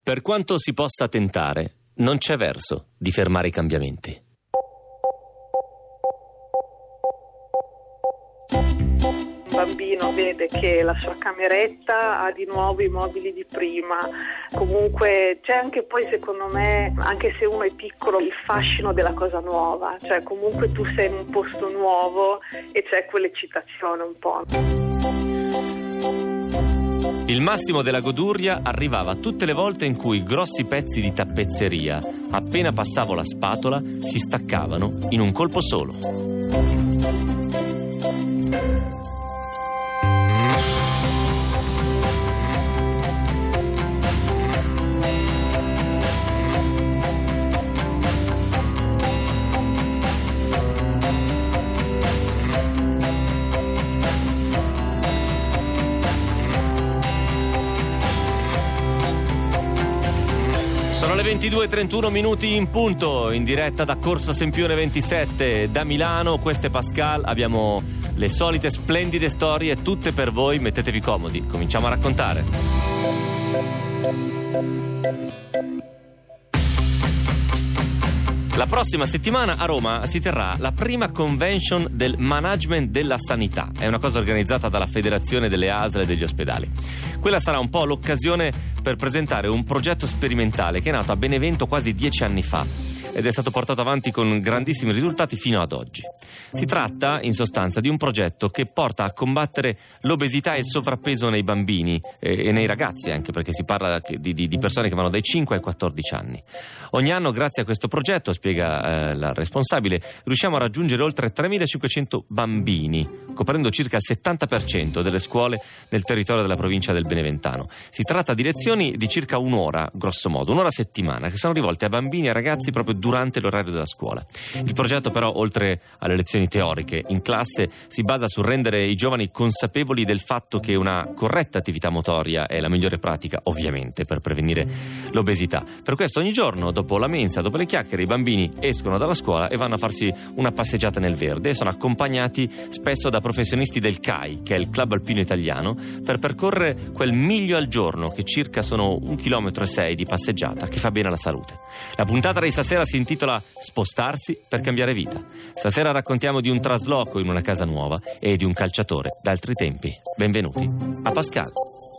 Per quanto si possa tentare, non c'è verso di fermare i cambiamenti. Un bambino vede che la sua cameretta ha di nuovo i mobili di prima, comunque c'è anche poi, secondo me, anche se uno è piccolo, il fascino della cosa nuova, cioè comunque tu sei in un posto nuovo e c'è quell'eccitazione un po'. Il massimo della goduria arrivava tutte le volte in cui grossi pezzi di tappezzeria, appena passavo la spatola, si staccavano in un colpo solo. Sono le 22:31 in punto, in diretta da Corso Sempione 27 da Milano. Questo è Pascal, abbiamo le solite splendide storie, tutte per voi. Mettetevi comodi, cominciamo a raccontare. La prossima settimana a Roma si terrà la prima convention del management della sanità. È una cosa organizzata dalla Federazione delle ASL e degli ospedali. Quella sarà un po' l'occasione per presentare un progetto sperimentale che è nato a Benevento quasi 10 anni fa ed è stato portato avanti con grandissimi risultati fino ad oggi. Si tratta, in sostanza, di un progetto che porta a combattere l'obesità e il sovrappeso nei bambini e nei ragazzi, anche perché si parla di persone che vanno dai 5 ai 14 anni. Ogni anno, grazie a questo progetto, spiega la responsabile, riusciamo a raggiungere oltre 3.500 bambini, coprendo circa il 70% delle scuole nel territorio della provincia del Beneventano. Si tratta di lezioni di circa un'ora, grosso modo, un'ora a settimana, che sono rivolte a bambini e ragazzi proprio durante l'orario della scuola. Il progetto però, oltre alle lezioni teoriche in classe, si basa sul rendere i giovani consapevoli del fatto che una corretta attività motoria è la migliore pratica, ovviamente, per prevenire l'obesità. Per questo ogni giorno, dopo la mensa, dopo le chiacchiere, i bambini escono dalla scuola e vanno a farsi una passeggiata nel verde e sono accompagnati spesso da professionisti del CAI, che è il Club Alpino Italiano, per percorrere quel miglio al giorno, che circa sono 1,6 km di passeggiata, che fa bene alla salute. La puntata di stasera si intitola Spostarsi per cambiare vita. Stasera raccontiamo di un trasloco in una casa nuova e di un calciatore d'altri tempi. Benvenuti a Pascal.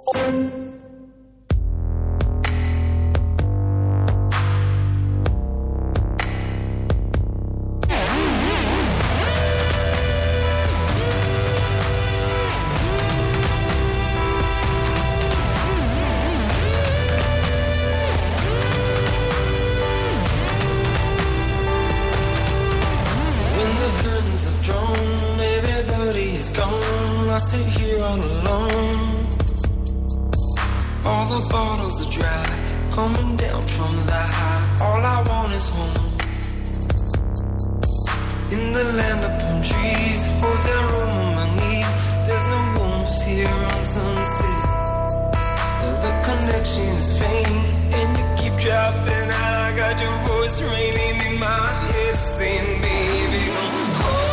I sit here all alone. All the bottles are dry, coming down from the high. All I want is home. In the land of palm trees, hotel room on my knees. There's no warmth here on Sunset. The connection is faint, and you keep dropping out. I got your voice raining in my head, saying, baby, come home.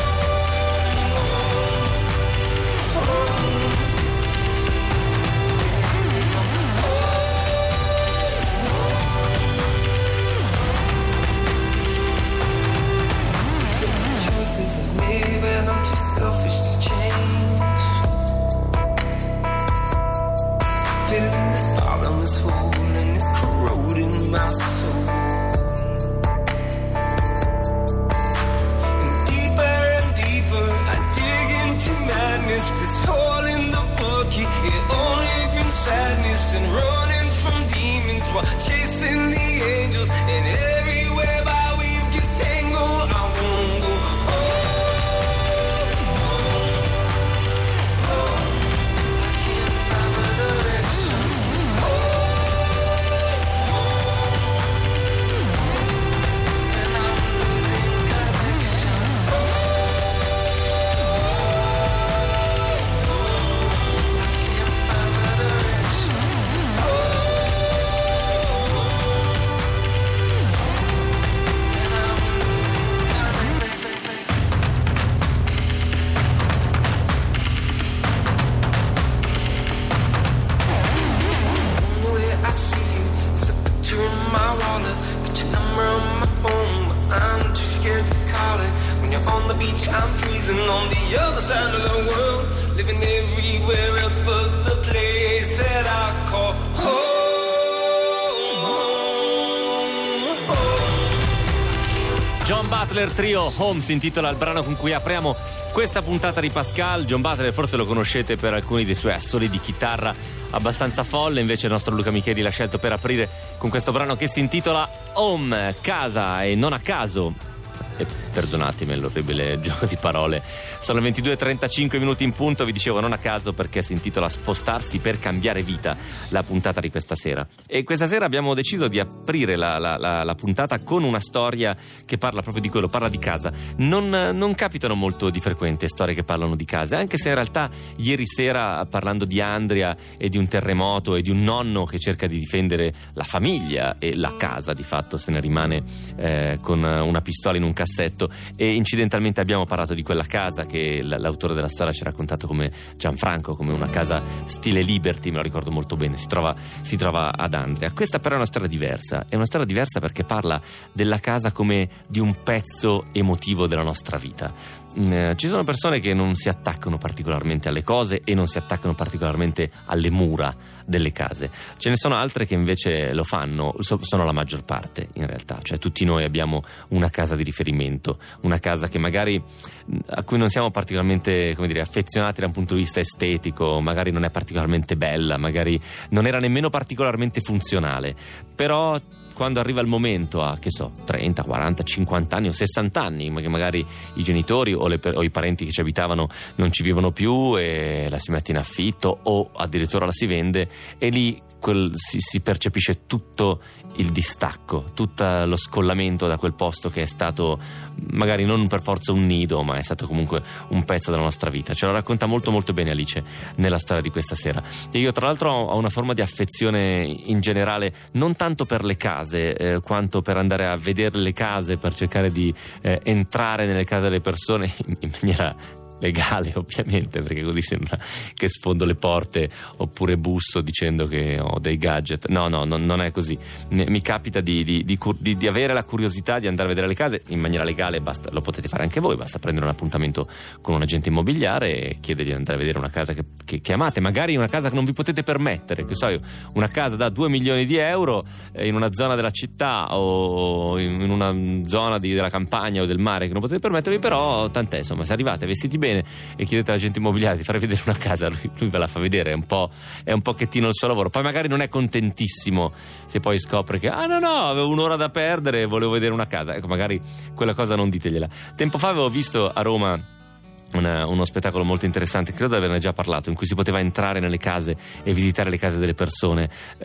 But I'm too selfish to change. Filling this bottomless hole and it's corroding my soul. And deeper I dig into madness. This hole in the bucket, it only brings sadness. And running from demons while chasing the angels. And everywhere my weave gets tangled, I won't go home. caller. Got your number on my phone, but I'm too scared to call it. When you're on the beach, I'm freezing on the other side of the world. Living everywhere else but the place that I call home. John Butler Trio, Home si intitola il brano con cui apriamo questa puntata di Pascal. John Butler forse lo conoscete per alcuni dei suoi assoli di chitarra abbastanza folle, invece il nostro Luca Micheli l'ha scelto per aprire con questo brano che si intitola Home, casa, e non a caso, e perdonatemi l'orribile gioco di parole, sono 22:35 minuti in punto, vi dicevo non a caso perché si intitola Spostarsi per cambiare vita, la puntata di questa sera. E questa sera abbiamo deciso di aprire la puntata con una storia che parla proprio di quello, parla di casa. Non capitano molto di frequente storie che parlano di casa, anche se in realtà ieri sera, parlando di Andria e di un terremoto e di un nonno che cerca di difendere la famiglia e la casa, di fatto se ne rimane con una pistola in un cassetto, e incidentalmente abbiamo parlato di quella casa che l'autore della storia ci ha raccontato come Gianfranco, come una casa stile Liberty, me lo ricordo molto bene, si trova ad Andria. Questa però è una storia diversa, perché parla della casa come di un pezzo emotivo della nostra vita. Ci sono persone che non si attaccano particolarmente alle cose e non si attaccano particolarmente alle mura delle case, ce ne sono altre che invece lo fanno, sono la maggior parte in realtà, cioè tutti noi abbiamo una casa di riferimento, una casa che magari a cui non siamo particolarmente, come dire, affezionati da un punto di vista estetico, magari non è particolarmente bella, magari non era nemmeno particolarmente funzionale, però quando arriva il momento a, 30, 40, 50 anni o 60 anni, che magari i genitori o i parenti che ci abitavano non ci vivono più e la si mette in affitto o addirittura la si vende, e lì si percepisce tutto il distacco, tutto lo scollamento da quel posto che è stato magari non per forza un nido, ma è stato comunque un pezzo della nostra vita. Ce lo racconta molto molto bene Alice nella storia di questa sera. E io tra l'altro ho una forma di affezione in generale, non tanto per le case quanto per andare a vedere le case, per cercare di entrare nelle case delle persone in maniera legale, ovviamente, perché così sembra che sfondo le porte oppure busso dicendo che ho dei gadget. No, non è così. Mi capita di avere la curiosità di andare a vedere le case in maniera legale, basta, lo potete fare anche voi, basta prendere un appuntamento con un agente immobiliare e chiedere di andare a vedere una casa che amate, magari una casa che non vi potete permettere, che so io, una casa da 2 milioni di euro in una zona della città o in una zona della campagna o del mare che non potete permettervi, però tant'è, insomma, se arrivate vestiti bene e chiedete all'agente immobiliare di fare vedere una casa, lui ve la fa vedere, è un pochettino il suo lavoro, poi magari non è contentissimo se poi scopre che avevo un'ora da perdere e volevo vedere una casa, ecco, magari quella cosa non ditegliela. Tempo fa avevo visto a Roma uno spettacolo molto interessante, credo di averne già parlato, in cui si poteva entrare nelle case e visitare le case delle persone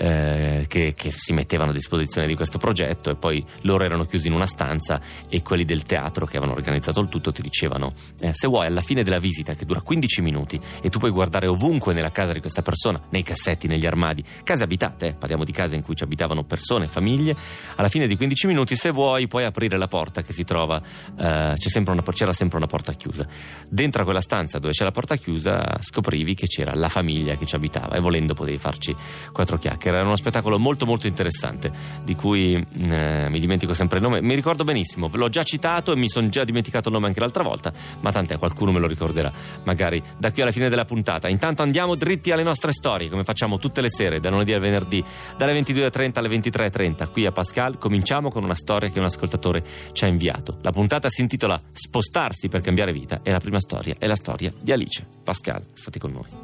che si mettevano a disposizione di questo progetto, e poi loro erano chiusi in una stanza e quelli del teatro che avevano organizzato il tutto ti dicevano se vuoi, alla fine della visita, che dura 15 minuti e tu puoi guardare ovunque nella casa di questa persona, nei cassetti, negli armadi, case abitate, parliamo di case in cui ci abitavano persone, famiglie, alla fine di 15 minuti se vuoi puoi aprire la porta che si trova, c'era sempre una porta chiusa. Dentro a quella stanza dove c'è la porta chiusa scoprivi che c'era la famiglia che ci abitava, e volendo potevi farci 4 chiacchiere. Era uno spettacolo molto molto interessante di cui mi dimentico sempre il nome, mi ricordo benissimo, l'ho già citato e mi sono già dimenticato il nome anche l'altra volta, ma tant'è, qualcuno me lo ricorderà magari da qui alla fine della puntata. Intanto andiamo dritti alle nostre storie, come facciamo tutte le sere da lunedì al venerdì dalle 22:30 alle 23:30 qui a Pascal. Cominciamo con una storia che un ascoltatore ci ha inviato. La puntata si intitola Spostarsi per cambiare vita e la prima storia è la storia di Alice. Pascal, state con noi.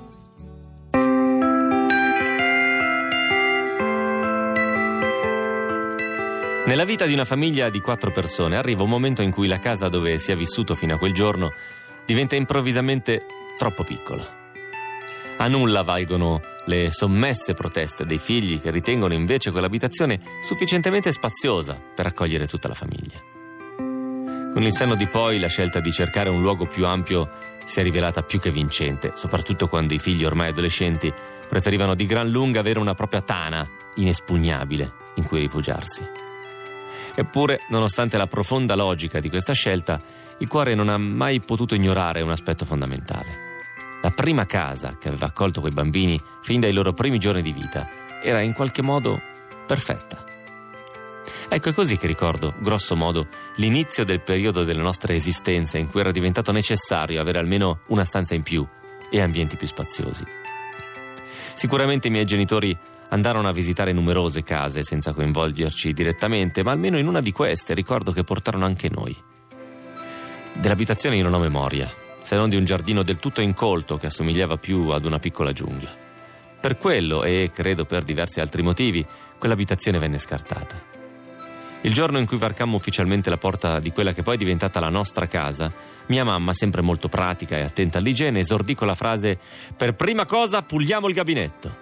Nella vita di una famiglia di 4 persone arriva un momento in cui la casa dove si è vissuto fino a quel giorno diventa improvvisamente troppo piccola. A nulla valgono le sommesse proteste dei figli, che ritengono invece quell'abitazione sufficientemente spaziosa per accogliere tutta la famiglia. Con il senno di poi la scelta di cercare un luogo più ampio si è rivelata più che vincente, soprattutto quando i figli ormai adolescenti preferivano di gran lunga avere una propria tana inespugnabile in cui rifugiarsi. Eppure, nonostante la profonda logica di questa scelta, il cuore non ha mai potuto ignorare un aspetto fondamentale. La prima casa che aveva accolto quei bambini fin dai loro primi giorni di vita era in qualche modo perfetta. Ecco, è così che ricordo, grosso modo, l'inizio del periodo delle nostre esistenze in cui era diventato necessario avere almeno una stanza in più e ambienti più spaziosi. Sicuramente i miei genitori andarono a visitare numerose case senza coinvolgerci direttamente, ma almeno in una di queste ricordo che portarono anche noi. Dell'abitazione io non ho memoria, se non di un giardino del tutto incolto che assomigliava più ad una piccola giungla. Per quello, e credo per diversi altri motivi, quell'abitazione venne scartata. Il giorno in cui varcammo ufficialmente la porta di quella che poi è diventata la nostra casa, mia mamma, sempre molto pratica e attenta all'igiene, esordì con la frase: «Per prima cosa puliamo il gabinetto».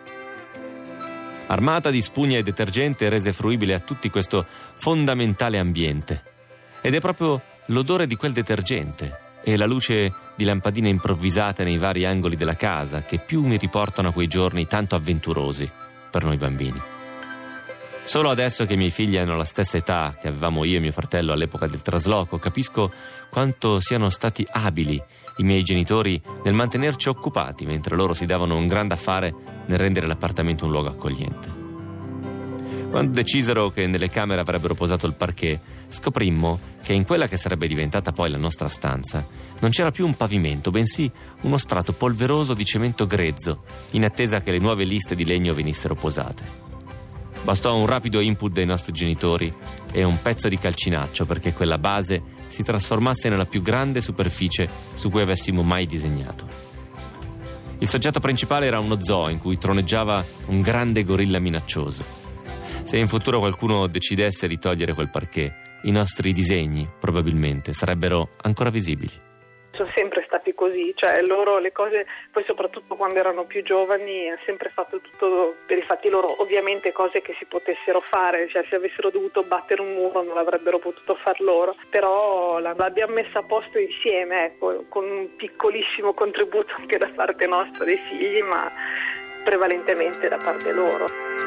Armata di spugna e detergente, rese fruibile a tutti questo fondamentale ambiente. Ed è proprio l'odore di quel detergente e la luce di lampadine improvvisate nei vari angoli della casa che più mi riportano a quei giorni tanto avventurosi per noi bambini. Solo adesso che i miei figli hanno la stessa età che avevamo io e mio fratello all'epoca del trasloco, capisco quanto siano stati abili i miei genitori nel mantenerci occupati mentre loro si davano un grande affare nel rendere l'appartamento un luogo accogliente. Quando decisero che nelle camere avrebbero posato il parquet, scoprimmo che in quella che sarebbe diventata poi la nostra stanza non c'era più un pavimento, bensì uno strato polveroso di cemento grezzo, in attesa che le nuove liste di legno venissero posate. Bastò un rapido input dei nostri genitori e un pezzo di calcinaccio perché quella base si trasformasse nella più grande superficie su cui avessimo mai disegnato. Il soggetto principale era uno zoo in cui troneggiava un grande gorilla minaccioso. Se in futuro qualcuno decidesse di togliere quel parquet, i nostri disegni probabilmente sarebbero ancora visibili. Sono sempre stati così, cioè loro le cose, poi soprattutto quando erano più giovani, hanno sempre fatto tutto per i fatti loro, ovviamente cose che si potessero fare, cioè se avessero dovuto battere un muro non l'avrebbero potuto far loro, però l'abbiamo messa a posto insieme, ecco, con un piccolissimo contributo anche da parte nostra dei figli, ma prevalentemente da parte loro.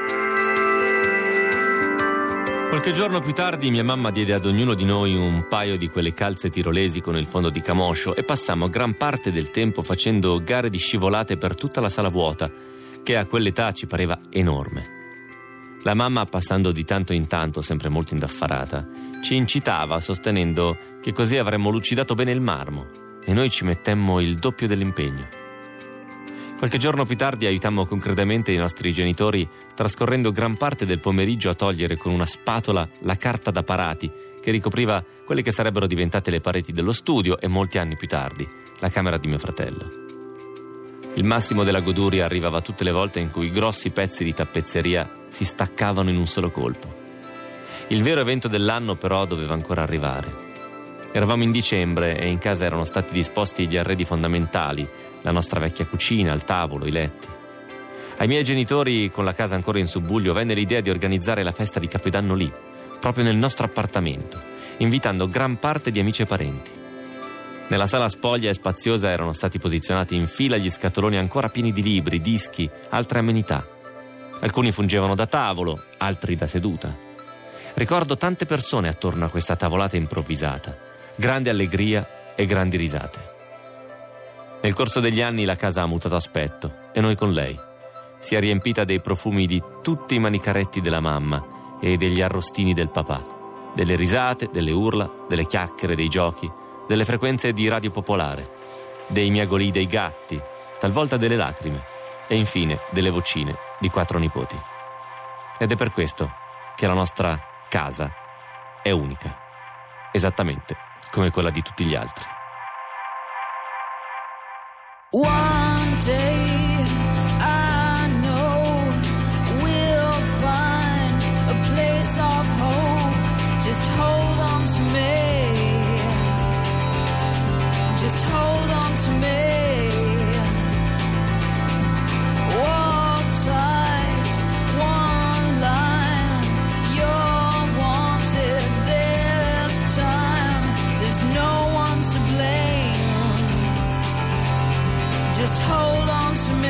Qualche giorno più tardi mia mamma diede ad ognuno di noi un paio di quelle calze tirolesi con il fondo di camoscio e passammo gran parte del tempo facendo gare di scivolate per tutta la sala vuota, che a quell'età ci pareva enorme. La mamma, passando di tanto in tanto, sempre molto indaffarata, ci incitava sostenendo che così avremmo lucidato bene il marmo e noi ci mettemmo il doppio dell'impegno. Qualche giorno più tardi aiutammo concretamente i nostri genitori trascorrendo gran parte del pomeriggio a togliere con una spatola la carta da parati che ricopriva quelle che sarebbero diventate le pareti dello studio e molti anni più tardi la camera di mio fratello. Il massimo della goduria arrivava tutte le volte in cui grossi pezzi di tappezzeria si staccavano in un solo colpo. Il vero evento dell'anno però doveva ancora arrivare. Eravamo in dicembre e in casa erano stati disposti gli arredi fondamentali, la nostra vecchia cucina, il tavolo, i letti. Ai miei genitori, con la casa ancora in subbuglio, venne l'idea di organizzare la festa di Capodanno lì, proprio nel nostro appartamento, invitando gran parte di amici e parenti. Nella sala spoglia e spaziosa erano stati posizionati in fila gli scatoloni ancora pieni di libri, dischi, altre amenità. Alcuni fungevano da tavolo, altri da seduta. Ricordo tante persone attorno a questa tavolata improvvisata, grande allegria e grandi risate. Nel corso degli anni la casa ha mutato aspetto e noi con lei. Si è riempita dei profumi di tutti i manicaretti della mamma e degli arrostini del papà, delle risate, delle urla, delle chiacchiere, dei giochi, delle frequenze di Radio Popolare, dei miagolii dei gatti, talvolta delle lacrime e infine delle vocine di 4 nipoti. Ed è per questo che la nostra casa è unica, esattamente come quella di tutti gli altri. One day I know we'll find a place of hope. Just hold on to me. Just hold on to me. Walk tight, one line. You're wanted this time. There's no one to blame. Just hold on to me.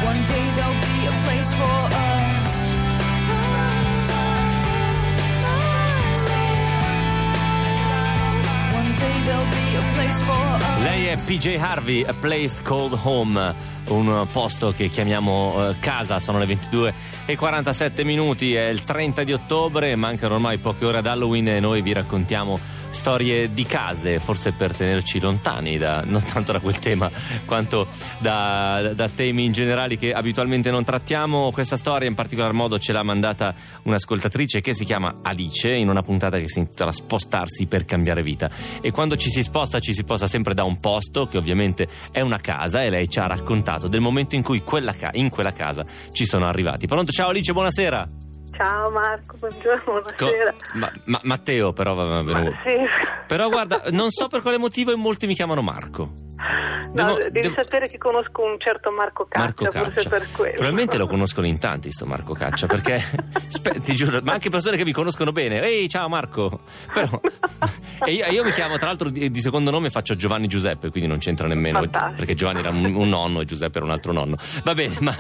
One day there'll be a place for us. One day there'll be a place for us. Lei è PJ Harvey, A Place Called Home, un posto che chiamiamo casa. Sono le 22:47, è il 30 di ottobre, mancano ormai poche ore ad Halloween e noi vi raccontiamo storie di case, forse per tenerci lontani non tanto da quel tema quanto da temi in generale che abitualmente non trattiamo. Questa storia in particolar modo ce l'ha mandata un'ascoltatrice che si chiama Alice, in una puntata che si intitola Spostarsi per cambiare vita, e quando ci si sposta sempre da un posto che ovviamente è una casa, e lei ci ha raccontato del momento in cui in quella casa ci sono arrivati. Pronto? Ciao Alice, buonasera. Ciao Marco, buongiorno, buonasera. Matteo però va bene. Sì. Però guarda, non so per quale motivo in molti mi chiamano Marco. Devi sapere che conosco un certo Marco Caccia, forse per quello. Probabilmente lo conoscono in tanti sto Marco Caccia, perché ti giuro, ma anche persone che mi conoscono bene. Ehi, ciao Marco. Però e io mi chiamo, tra l'altro di secondo nome faccio Giovanni Giuseppe, quindi non c'entra nemmeno. Fantastico. Perché Giovanni era un nonno e Giuseppe era un altro nonno. Va bene, ma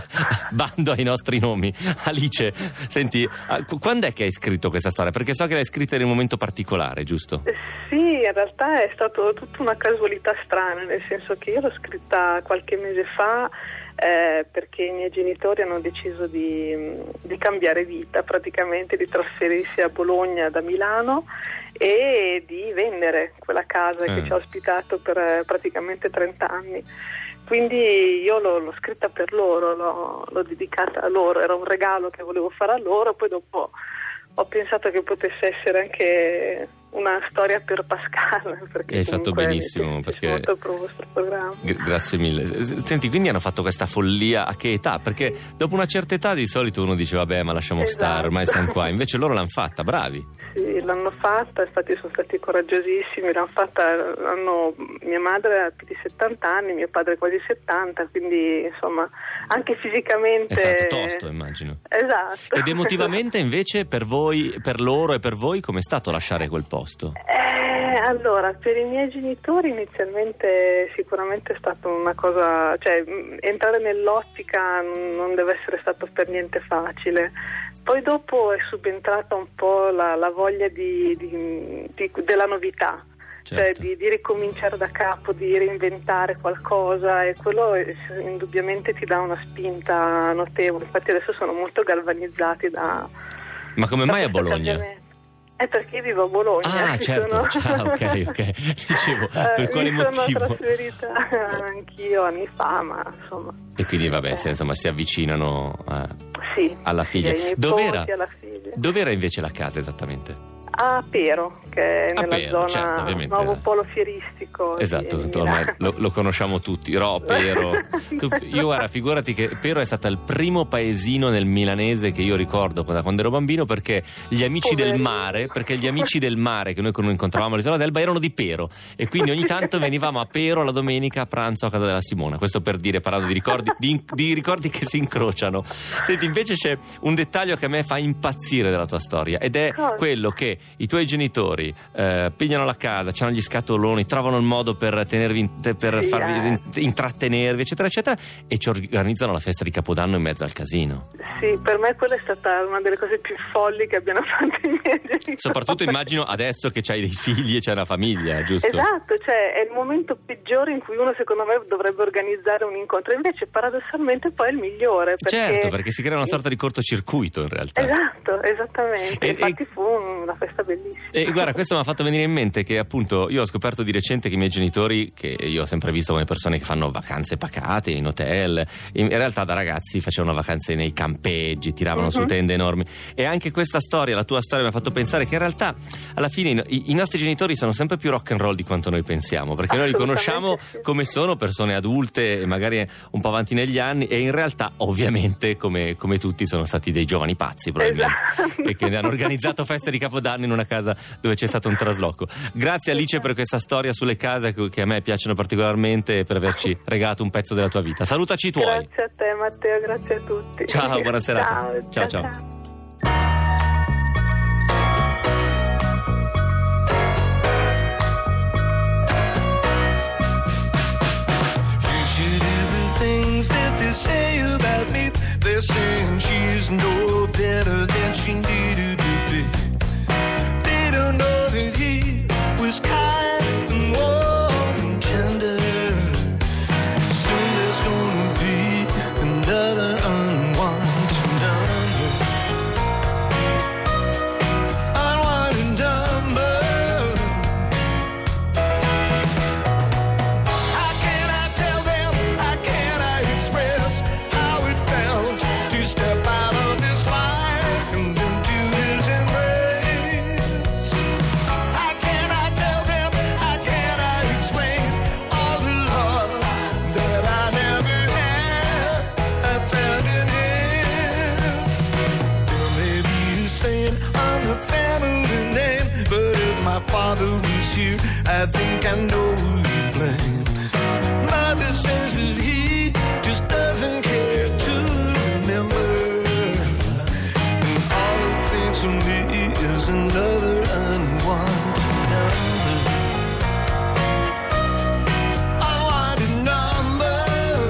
bando ai nostri nomi. Alice, senti, quando è che hai scritto questa storia? Perché so che l'hai scritta in un momento particolare, giusto? Sì, in realtà è stato tutta una casualità strana, nel senso che io l'ho scritta qualche mese fa perché i miei genitori hanno deciso di cambiare vita, praticamente di trasferirsi a Bologna da Milano e di vendere quella casa che ci ha ospitato per praticamente 30 anni. Quindi io l'ho scritta per loro, l'ho dedicata a loro, era un regalo che volevo fare a loro, poi dopo ho pensato che potesse essere anche una storia per Pascal, perché hai fatto benissimo, perché molto pro vostro programma. Grazie mille. Senti, quindi hanno fatto questa follia a che età? Perché dopo una certa età di solito uno dice vabbè, ma lasciamo stare, ormai siamo qua. Invece loro l'hanno fatta, bravi. Sì, l'hanno fatta, infatti sono stati coraggiosissimi, l'hanno fatta, mia madre ha più di 70 anni, mio padre quasi 70, quindi insomma anche fisicamente è stato tosto, immagino. Esatto. Ed emotivamente invece per voi, per loro e per voi, com'è stato lasciare quel posto? Allora, per i miei genitori inizialmente sicuramente è stata una cosa, cioè entrare nell'ottica non deve essere stato per niente facile. Poi dopo è subentrata un po' la voglia della novità, certo. Cioè di ricominciare da capo, di reinventare qualcosa, e quello indubbiamente ti dà una spinta notevole. Infatti adesso sono molto galvanizzati Ma come mai a Bologna? È perché vivo a Bologna. Ah, certo, ok. Dicevo, per quale motivo? Mi sono trasferita anch'io anni fa, ma insomma. E quindi vabbè, si avvicinano alla figlia. Dov'era invece la casa esattamente? A Pero, che è nella zona, certo, ovviamente. Nuovo polo fieristico. Esatto, ormai lo conosciamo tutti. Pero. Io guarda, figurati che Pero è stata il primo paesino nel milanese che io ricordo da quando ero bambino, perché gli amici del mare che noi incontravamo all'isola d'Elba erano di Pero, e quindi ogni tanto venivamo a Pero la domenica a pranzo a casa della Simona. Questo per dire, parlando di ricordi di ricordi che si incrociano. Senti, invece c'è un dettaglio che a me fa impazzire della tua storia, ed è quello che i tuoi genitori pigliano la casa, c'hanno gli scatoloni, trovano il modo per farvi intrattenervi, eccetera eccetera, e ci organizzano la festa di Capodanno in mezzo al casino. Sì, per me quella è stata una delle cose più folli che abbiano fatto i miei genitori. Soprattutto immagino adesso che c'hai dei figli e c'hai una famiglia, giusto? Esatto, cioè è il momento peggiore in cui uno secondo me dovrebbe organizzare un incontro, invece paradossalmente poi è il migliore, perché si crea una sorta di cortocircuito in realtà. Esatto, esattamente. Infatti fu una festa bellissima. E guarda, questo mi ha fatto venire in mente che appunto io ho scoperto di recente che i miei genitori, che io ho sempre visto come persone che fanno vacanze pacate in hotel, in realtà da ragazzi facevano vacanze nei campeggi, tiravano su tende enormi, e anche questa storia, la tua storia, mi ha fatto pensare che in realtà alla fine i nostri genitori sono sempre più rock and roll di quanto noi pensiamo, perché noi li conosciamo come sono persone adulte e magari un po' avanti negli anni, e in realtà ovviamente come tutti sono stati dei giovani pazzi probabilmente, e che hanno organizzato feste di Capodanno in una casa dove c'è stato un trasloco. Grazie Alice per questa storia sulle case che a me piacciono particolarmente, e per averci regalato un pezzo della tua vita. Salutaci i tuoi. Grazie a te Matteo, grazie a tutti. Ciao, buona serata. Ciao. That they say about me? They're saying she's no better than she needed to be. They don't know that he was kind and warm and tender. Soon there's gonna be another unwanted number. Unwanted number. How can I tell them? How can I express how it felt to step out of this life and into his embrace? How can I tell them? How can I explain all the love that I never had? I found in him. There may be a stain on the family name, but if my father was here, I think I know who you'd blame. Mother says that he just doesn't care to remember, and all he thinks of me is another unwanted number. Unwanted number.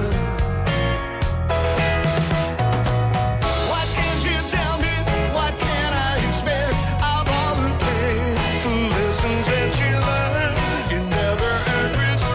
What can't you tell me? What can I expect of all the painful lessons that you learned? You never earned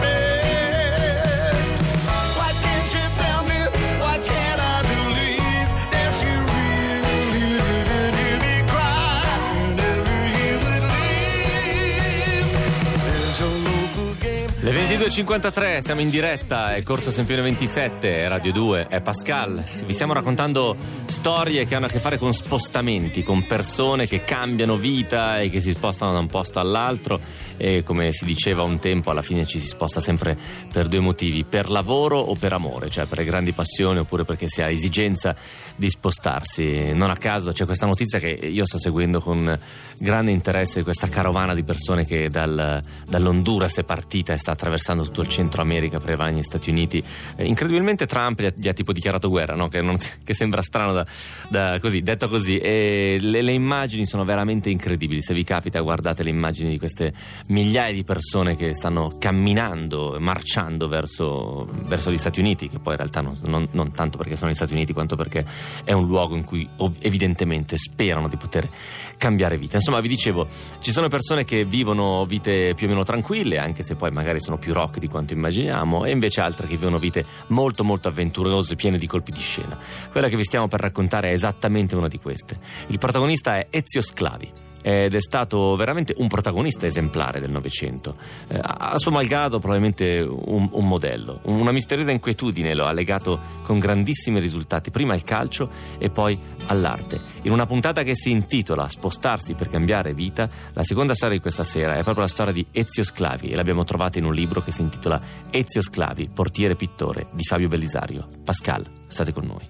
respect. What can't you tell me? What can I believe that you really didn't hear me cry whenever he would leave? There's a local game. Le 22.53, siamo in diretta, è Corso Sempione 27, Radio 2, è Pascal. Vi stiamo raccontando storie che hanno a che fare con spostamenti, con persone che cambiano vita e che si spostano da un posto all'altro, e come si diceva un tempo, alla fine ci si sposta sempre per due motivi: per lavoro o per amore, cioè per le grandi passioni oppure perché si ha esigenza di spostarsi. Non a caso c'è questa notizia che io sto seguendo con grande interesse, questa carovana di persone che dall'Honduras è partita e sta attraversando tutto il Centro America per arrivare negli Stati Uniti. Incredibilmente Trump gli ha tipo dichiarato guerra, no? Che sembra strano così, detto così, e le immagini sono veramente incredibili. Se vi capita, guardate le immagini di queste migliaia di persone che stanno camminando, marciando verso gli Stati Uniti, che poi in realtà non tanto perché sono gli Stati Uniti quanto perché è un luogo in cui evidentemente sperano di poter cambiare vita. Insomma, vi dicevo, ci sono persone che vivono vite più o meno tranquille, anche se poi magari sono più rock di quanto immaginiamo, e invece altre che vivono vite molto molto avventurose, piene di colpi di scena. Quella che vi stiamo per raccontare è esattamente una di queste. Il protagonista è Ezio Sclavi ed è stato veramente un protagonista esemplare del Novecento. A suo malgrado probabilmente un modello. Una misteriosa inquietudine lo ha legato con grandissimi risultati prima al calcio e poi all'arte. In una puntata che si intitola Spostarsi per cambiare vita, la seconda storia di questa sera è proprio la storia di Ezio Sclavi, e l'abbiamo trovata in un libro che si intitola Ezio Sclavi, portiere pittore, di Fabio Bellisario. Pascal, state con noi.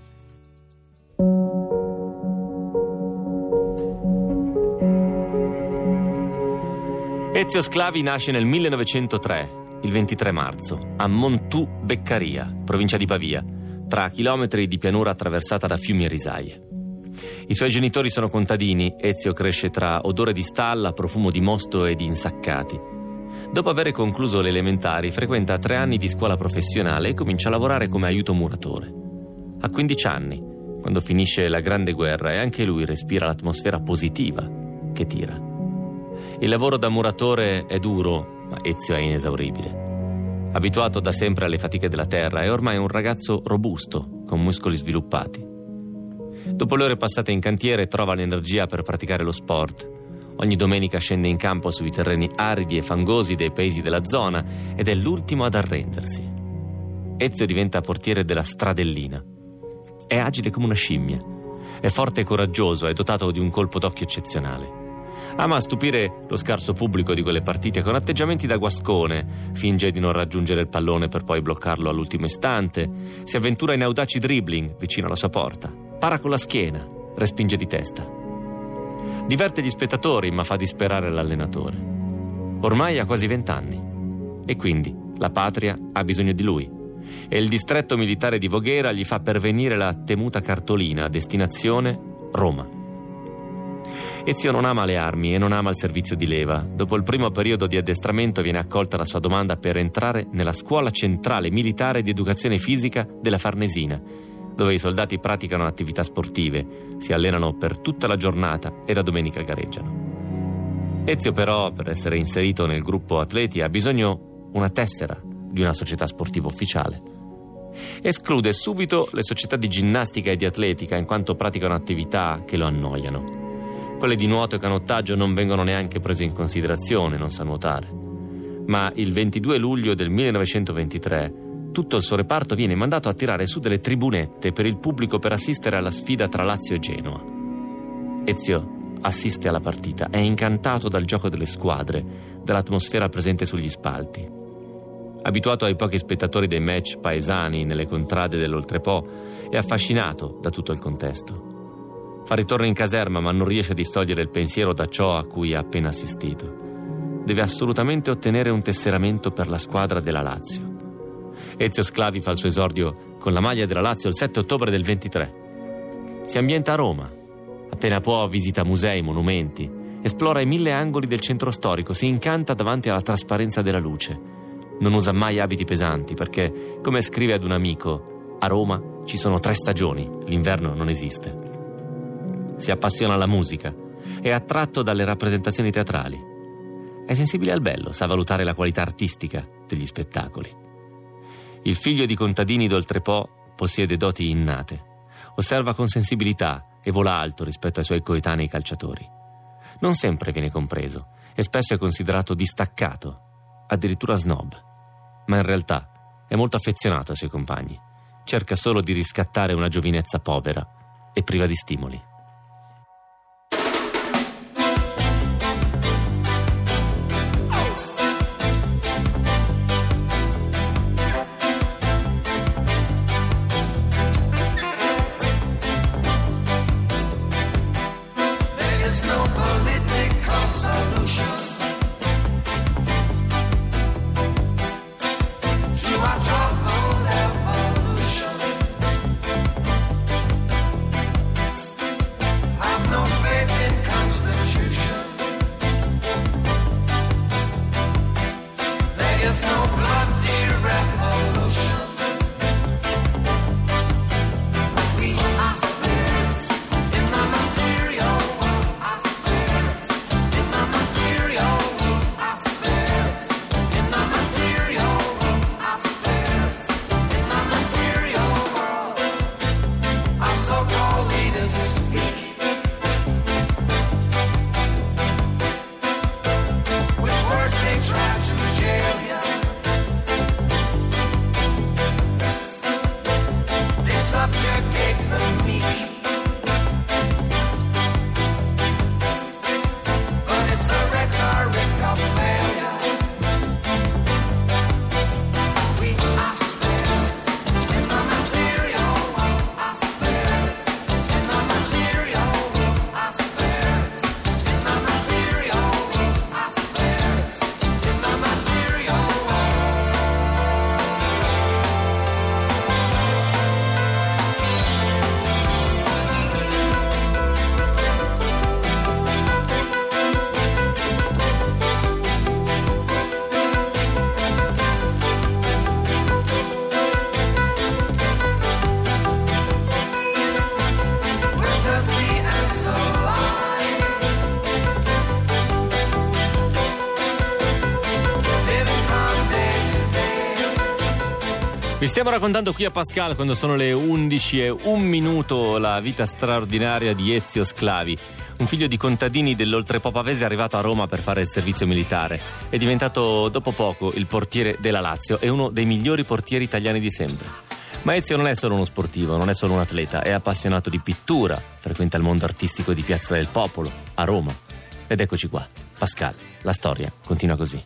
Ezio Sclavi nasce nel 1903, il 23 marzo, a Montù Beccaria, provincia di Pavia, tra chilometri di pianura attraversata da fiumi e risaie. I suoi genitori sono contadini. Ezio cresce tra odore di stalla, profumo di mosto e di insaccati. Dopo aver concluso le elementari, frequenta 3 anni di scuola professionale e comincia a lavorare come aiuto muratore. A 15 anni, quando finisce la Grande Guerra, e anche lui respira l'atmosfera positiva che tira. Il lavoro da muratore è duro, ma Ezio è inesauribile. Abituato da sempre alle fatiche della terra, è ormai un ragazzo robusto, con muscoli sviluppati. Dopo le ore passate in cantiere, trova l'energia per praticare lo sport. Ogni domenica scende in campo sui terreni aridi e fangosi dei paesi della zona ed è l'ultimo ad arrendersi. Ezio diventa portiere della Stradellina. È agile come una scimmia, è forte e coraggioso, è dotato di un colpo d'occhio eccezionale. Ama stupire lo scarso pubblico di quelle partite con atteggiamenti da guascone, finge di non raggiungere il pallone per poi bloccarlo all'ultimo istante, si avventura in audaci dribbling vicino alla sua porta, para con la schiena, respinge di testa. Diverte gli spettatori ma fa disperare l'allenatore. Ormai ha quasi 20 anni e quindi la patria ha bisogno di lui e il distretto militare di Voghera gli fa pervenire la temuta cartolina a destinazione Roma. Ezio non ama le armi e non ama il servizio di leva. Dopo il primo periodo di addestramento viene accolta la sua domanda per entrare nella scuola centrale militare di educazione fisica della Farnesina, dove i soldati praticano attività sportive, si allenano per tutta la giornata e la domenica gareggiano. Ezio però, per essere inserito nel gruppo atleti, ha bisogno una tessera di una società sportiva ufficiale. Esclude subito le società di ginnastica e di atletica in quanto praticano attività che lo annoiano. Quelle di nuoto e canottaggio non vengono neanche prese in considerazione, non sa nuotare. Ma il 22 luglio del 1923 tutto il suo reparto viene mandato a tirare su delle tribunette per il pubblico per assistere alla sfida tra Lazio e Genoa. Ezio assiste alla partita, è incantato dal gioco delle squadre, dall'atmosfera presente sugli spalti. Abituato ai pochi spettatori dei match paesani nelle contrade dell'Oltrepo, è affascinato da tutto il contesto. Fa ritorno in caserma ma non riesce a distogliere il pensiero da ciò a cui ha appena assistito. Deve assolutamente ottenere un tesseramento per la squadra della Lazio. Ezio Sclavi fa il suo esordio con la maglia della Lazio il 7 ottobre del 23. Si ambienta a Roma. Appena può visita musei, monumenti, esplora i 1000 angoli del centro storico, si incanta davanti alla trasparenza della luce. Non usa mai abiti pesanti perché, come scrive ad un amico, a Roma ci sono 3 stagioni, l'inverno non esiste. Si appassiona alla musica, è attratto dalle rappresentazioni teatrali. È sensibile al bello, sa valutare la qualità artistica degli spettacoli. Il figlio di contadini d'Oltrepo possiede doti innate, osserva con sensibilità e vola alto rispetto ai suoi coetanei calciatori. Non sempre viene compreso e spesso è considerato distaccato, addirittura snob, ma in realtà è molto affezionato ai suoi compagni. Cerca solo di riscattare una giovinezza povera e priva di stimoli. Vi stiamo raccontando qui a Pascal, quando sono le 11:01, la vita straordinaria di Ezio Sclavi, un figlio di contadini dell'Oltrepo pavese arrivato a Roma per fare il servizio militare. È diventato dopo poco il portiere della Lazio e uno dei migliori portieri italiani di sempre. Ma Ezio non è solo uno sportivo, non è solo un atleta, è appassionato di pittura, frequenta il mondo artistico di Piazza del Popolo, a Roma. Ed eccoci qua, Pascal, la storia continua così.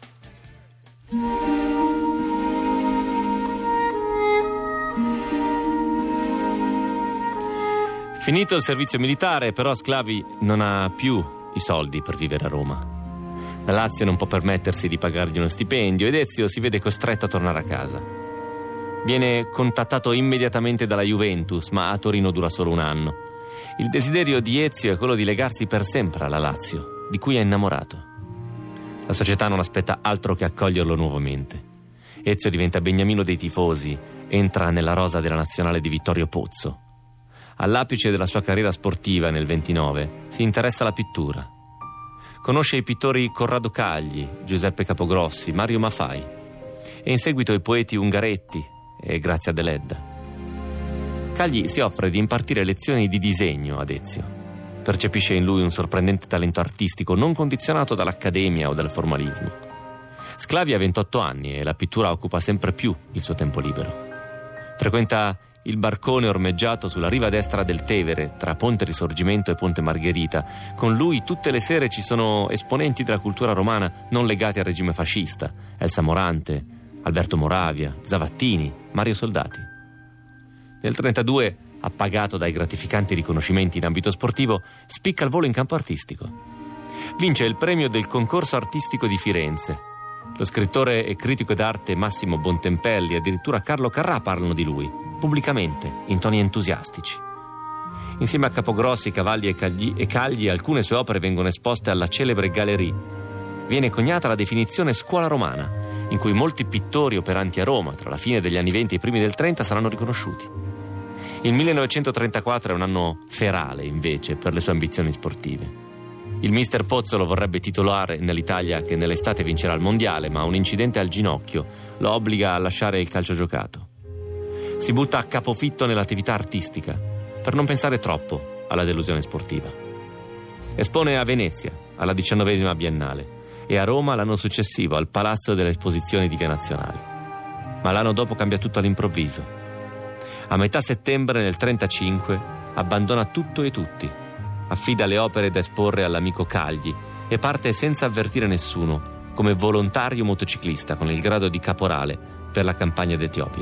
Finito il servizio militare, però Sclavi non ha più i soldi per vivere a Roma. La Lazio non può permettersi di pagargli uno stipendio ed Ezio si vede costretto a tornare a casa. Viene contattato immediatamente dalla Juventus, ma a Torino dura solo un anno. Il desiderio di Ezio è quello di legarsi per sempre alla Lazio, di cui è innamorato. La società non aspetta altro che accoglierlo nuovamente. Ezio diventa beniamino dei tifosi, entra nella rosa della nazionale di Vittorio Pozzo. All'apice della sua carriera sportiva nel 29 si interessa alla pittura. Conosce i pittori Corrado Cagli, Giuseppe Capogrossi, Mario Maffai e in seguito i poeti Ungaretti e Grazia Deledda. Cagli si offre di impartire lezioni di disegno ad Ezio. Percepisce in lui un sorprendente talento artistico non condizionato dall'accademia o dal formalismo. Sclavi ha 28 anni e la pittura occupa sempre più il suo tempo libero. Frequenta il barcone ormeggiato sulla riva destra del Tevere, tra Ponte Risorgimento e Ponte Margherita. Con lui tutte le sere ci sono esponenti della cultura romana non legati al regime fascista: Elsa Morante, Alberto Moravia, Zavattini, Mario Soldati. Nel 1932, appagato dai gratificanti riconoscimenti in ambito sportivo, spicca il volo in campo artistico. Vince il premio del concorso artistico di Firenze. Lo scrittore e critico d'arte Massimo Bontempelli e addirittura Carlo Carrà parlano di lui, pubblicamente, in toni entusiastici. Insieme a Capogrossi, Cavalli e Cagli, alcune sue opere vengono esposte alla celebre Galerie. Viene coniata la definizione scuola romana, in cui molti pittori operanti a Roma tra la fine degli anni 20 e i primi del 30 saranno riconosciuti. Il 1934 è un anno ferale, invece, per le sue ambizioni sportive. Il mister Pozzo lo vorrebbe titolare nell'Italia che nell'estate vincerà il mondiale, ma un incidente al ginocchio lo obbliga a lasciare il calcio giocato. Si butta a capofitto nell'attività artistica, per non pensare troppo alla delusione sportiva. Espone a Venezia, alla 19ª Biennale, e a Roma l'anno successivo, al Palazzo delle Esposizioni di Via Nazionale. Ma l'anno dopo cambia tutto all'improvviso. A metà settembre nel 1935 abbandona tutto e tutti, affida le opere da esporre all'amico Cagli e parte senza avvertire nessuno come volontario motociclista con il grado di caporale per la campagna d'Etiopia.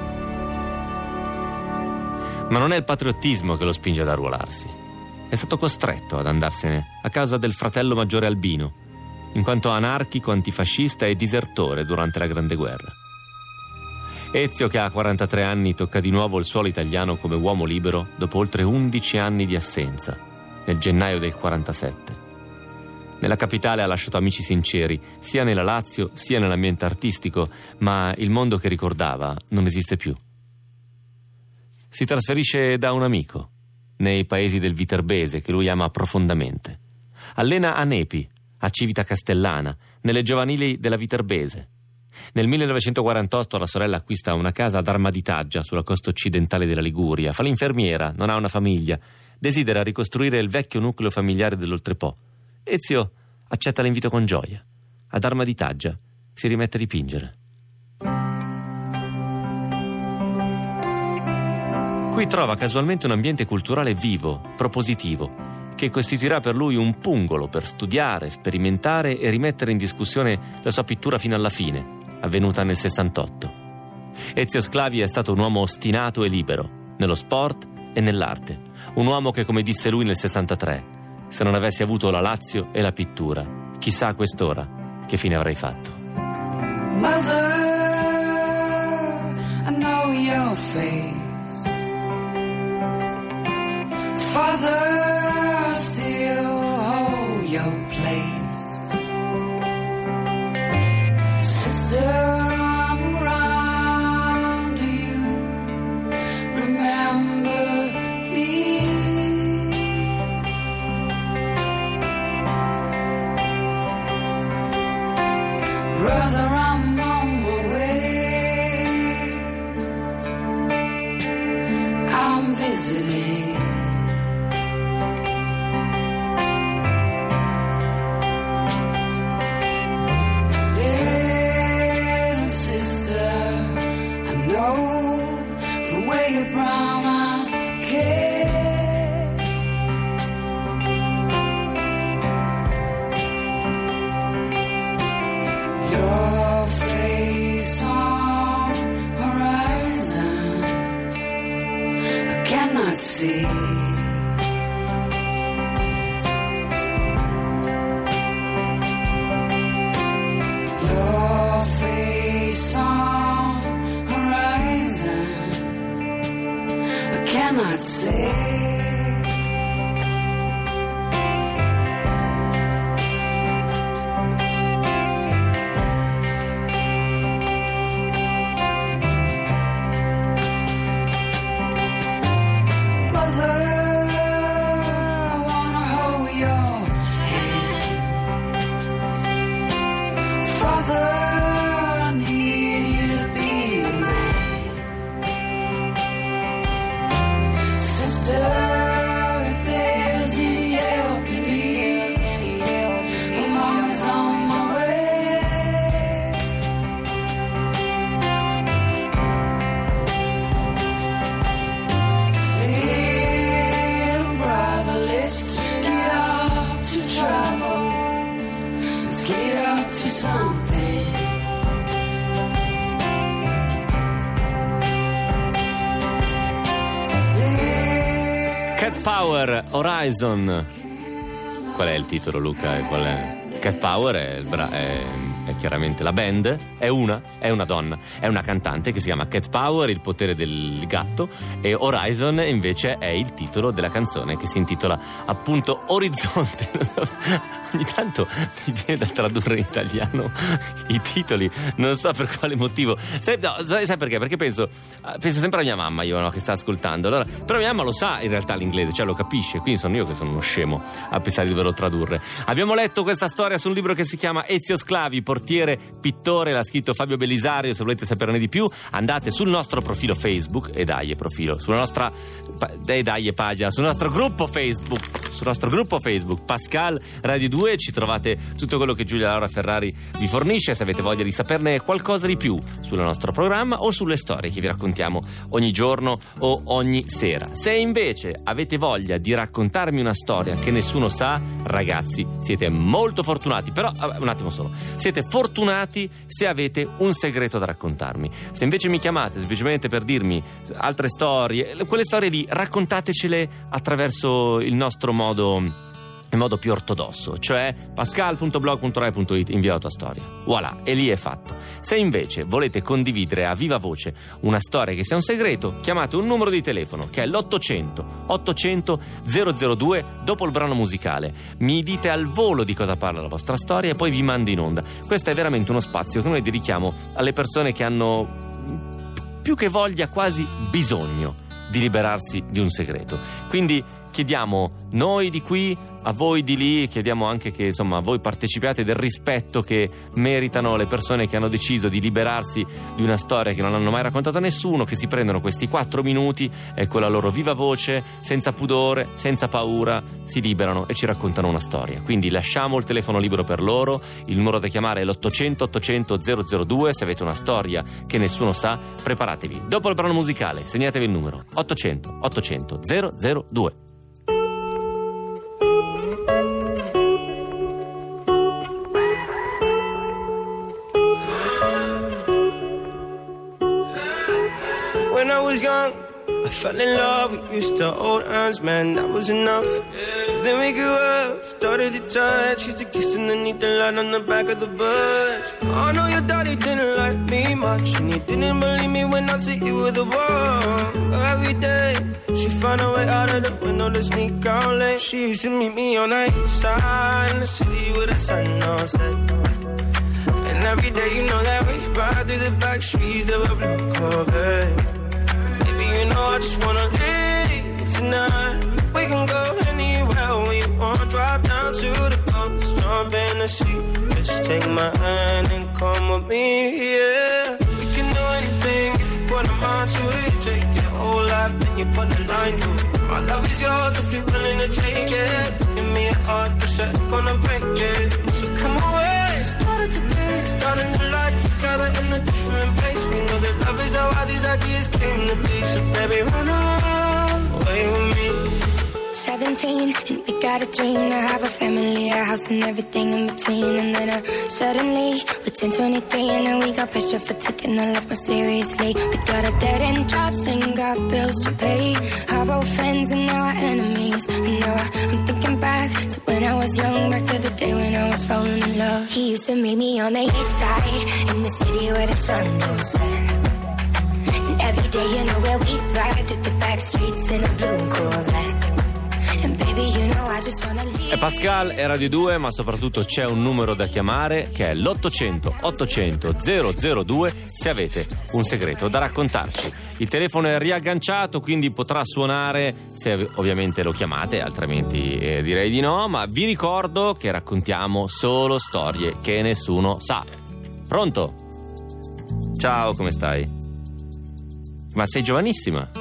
Ma non è il patriottismo che lo spinge ad arruolarsi. È stato costretto ad andarsene a causa del fratello maggiore Albino, in quanto anarchico, antifascista e disertore durante la Grande Guerra. Ezio, che ha 43 anni, tocca di nuovo il suolo italiano come uomo libero dopo oltre 11 anni di assenza, nel gennaio del 47. Nella capitale ha lasciato amici sinceri, sia nella Lazio sia nell'ambiente artistico, ma il mondo che ricordava non esiste più. Si trasferisce da un amico, nei paesi del Viterbese, che lui ama profondamente. Allena a Nepi, a Civita Castellana, nelle giovanili della Viterbese. Nel 1948 la sorella acquista una casa ad Armaditaggia, sulla costa occidentale della Liguria. Fa l'infermiera, non ha una famiglia, desidera ricostruire il vecchio nucleo familiare dell'Oltrepo. Ezio accetta l'invito con gioia. Ad Armaditaggia si rimette a dipingere. Qui trova casualmente un ambiente culturale vivo, propositivo, che costituirà per lui un pungolo per studiare, sperimentare e rimettere in discussione la sua pittura fino alla fine, avvenuta nel 68. Ezio Sclavi è stato un uomo ostinato e libero, nello sport e nell'arte. Un uomo che, come disse lui nel 63, se non avessi avuto la Lazio e la pittura, chissà a quest'ora che fine avrei fatto. Mother, I know your face. Father, still hold your place. Sister, I'm around you. Remember me. Brother, I'm on my way. I'm visiting. Cat Power, Horizon. Qual è il titolo, Luca? Qual è? Cat Power è chiaramente la band, è una donna, è una cantante che si chiama Cat Power, il potere del gatto, e Horizon invece è il titolo della canzone che si intitola appunto Orizzonte. Ogni tanto mi viene da tradurre in italiano i titoli, non so per quale motivo. Sai perché? Perché penso sempre a mia mamma, io, no, che sta ascoltando. Allora, però mia mamma lo sa in realtà l'inglese, cioè lo capisce, quindi sono io che sono uno scemo a pensare di doverlo tradurre. Abbiamo letto questa storia su un libro che si chiama Ezio Sclavi, portiere, pittore, l'ha scritto Fabio Belisario. Se volete saperne di più andate sul nostro profilo Facebook, sulla nostra pagina, sul nostro gruppo Facebook Pascal Radio 2, ci trovate tutto quello che Giulia Laura Ferrari vi fornisce. Se avete voglia di saperne qualcosa di più sul nostro programma o sulle storie che vi raccontiamo ogni giorno o ogni sera. Se invece avete voglia di raccontarmi una storia che nessuno sa, ragazzi, siete molto fortunati. Però un attimo solo, siete fortunati se avete un segreto da raccontarmi. Se invece mi chiamate semplicemente per dirmi altre storie, quelle storie lì raccontatecele attraverso il nostro modo più ortodosso, cioè pascal.blog.rai.it, invia la tua storia. Voilà, e lì è fatto. Se invece volete condividere a viva voce una storia che sia un segreto, chiamate un numero di telefono che è l'800 800 002. Dopo il brano musicale mi dite al volo di cosa parla la vostra storia e poi vi mando in onda. Questo è veramente uno spazio che noi dedichiamo alle persone che hanno più che voglia, quasi bisogno di liberarsi di un segreto. Quindi chiediamo noi di qui a voi di lì, chiediamo anche che insomma voi partecipiate del rispetto che meritano le persone che hanno deciso di liberarsi di una storia che non hanno mai raccontato a nessuno, che si prendono questi 4 minuti e con la loro viva voce, senza pudore, senza paura, si liberano e ci raccontano una storia. Quindi lasciamo il telefono libero per loro, il numero da chiamare è l'800 800 002. Se avete una storia che nessuno sa, preparatevi. Dopo il brano musicale segnatevi il numero 800 800 002. When I was young, I fell in love, we used to hold hands, man, that was enough. Then we grew up, started to touch, used to kiss underneath the light on the back of the bus. I know your daddy didn't like me much, and he didn't believe me when I said you were the one. But every day, she found a way out of the window to sneak out late. She used to meet me on the east side, in the city with the sun on set. And every day, you know that we ride through the back streets of a blue Corvette. You know I just wanna leave tonight. We can go anywhere we want. Drive down to the coast, jump in the sea. Just take my hand and come with me, yeah. We can do anything if you put a mind to it. Take your whole life, then you put a line to it. My love is yours if you're willing to take it. Give me a heart that's gonna break it. So come away, started today, starting to life together in a different place. We know that love is how these ideas came to be. So baby, run away with me. 17 and we got a dream to have a family, a house and everything in between. And then suddenly we're 10, 23 and now we got pressure for taking our life more seriously. We got a dead end jobs and got bills to pay. Our old friends and now our enemies. And now I'm thinking back to when I was young, back to the day when I was falling in love. He used to meet me on the east side, in the city where the sun don't set. And every day, you know where we ride through the back streets in a blue Corvette. È Pascal, è Radio 2, ma soprattutto c'è un numero da chiamare che è l'800 800 002 se avete un segreto da raccontarci. Il telefono è riagganciato, quindi potrà suonare se ovviamente lo chiamate, altrimenti direi di no, ma vi ricordo che raccontiamo solo storie che nessuno sa. Pronto? Ciao, come stai? Ma sei giovanissima.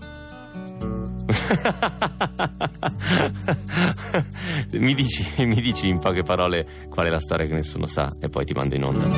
mi dici in poche parole qual è la storia che nessuno sa e poi ti mando in onda.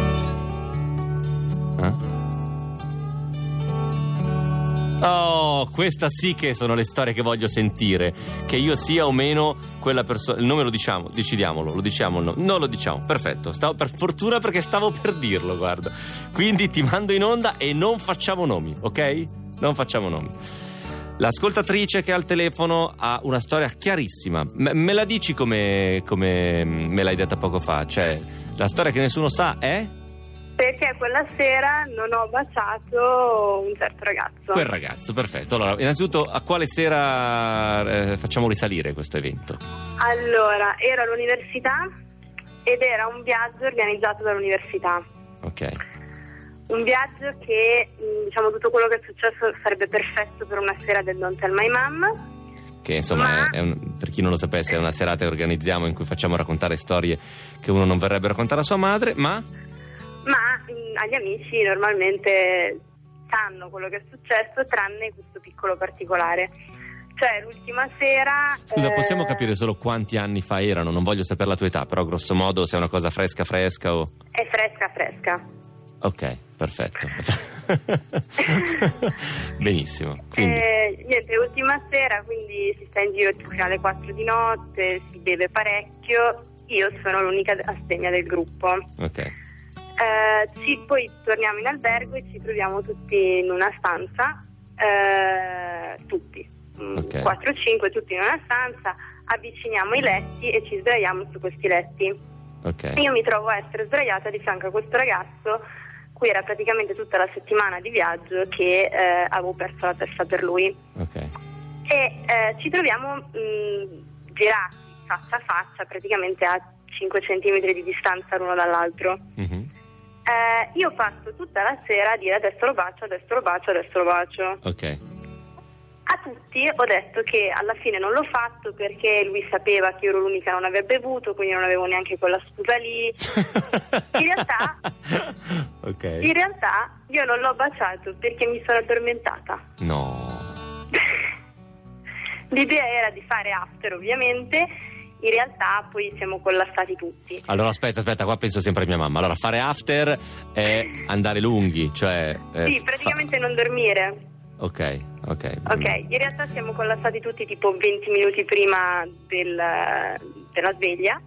Oh, questa sì che sono le storie che voglio sentire. Che io sia o meno quella persona. Il nome lo diciamo, decidiamolo, lo diciamo o no? Non lo diciamo, perfetto. Per fortuna, perché stavo per dirlo, guarda. Quindi ti mando in onda e non facciamo nomi, ok? Non facciamo nomi. L'ascoltatrice che ha al telefono ha una storia chiarissima. Me la dici come me l'hai detta poco fa? Cioè, la storia che nessuno sa è? Perché quella sera non ho baciato un certo ragazzo. Quel ragazzo, perfetto. Allora, innanzitutto, a quale sera facciamo risalire questo evento? Allora, ero all'università ed era un viaggio organizzato dall'università. Ok. Un viaggio che, diciamo, tutto quello che è successo sarebbe perfetto per una sera del Don't Tell My Mom. Che insomma per chi non lo sapesse, è una serata che organizziamo in cui facciamo raccontare storie che uno non verrebbe a raccontare a sua madre, ma agli amici normalmente sanno quello che è successo, tranne questo piccolo particolare. Cioè, l'ultima sera... Scusa, possiamo capire solo quanti anni fa erano? Non voglio sapere la tua età, però grosso modo se è una cosa fresca o... È fresca. Ok, perfetto. Benissimo. Quindi... niente, ultima sera, quindi si sta in giro fino alle 4 di notte, si beve parecchio. Io sono l'unica astemia del gruppo. Ok. Poi torniamo in albergo e ci troviamo tutti in una stanza, tutti, okay. 4-5 tutti in una stanza, avviciniamo i letti e ci sdraiamo su questi letti. Okay. Io mi trovo a essere sdraiata di fianco a questo ragazzo, cui era praticamente tutta la settimana di viaggio che avevo perso la testa per lui. Okay. E ci troviamo girati faccia a faccia, praticamente a 5 centimetri di distanza l'uno dall'altro. Mm-hmm. Io passo tutta la sera a dire adesso lo bacio. Ok. A tutti ho detto che alla fine non l'ho fatto perché lui sapeva che io ero l'unica che non aveva bevuto, quindi non avevo neanche quella scusa lì. In realtà io non l'ho baciato perché mi sono addormentata. No. L'idea era di fare after, ovviamente. In realtà poi siamo collassati tutti. Allora aspetta, qua penso sempre a mia mamma. Allora fare after è andare lunghi, cioè... Sì, praticamente non dormire. Ok. In realtà siamo collassati tutti tipo 20 minuti prima della sveglia.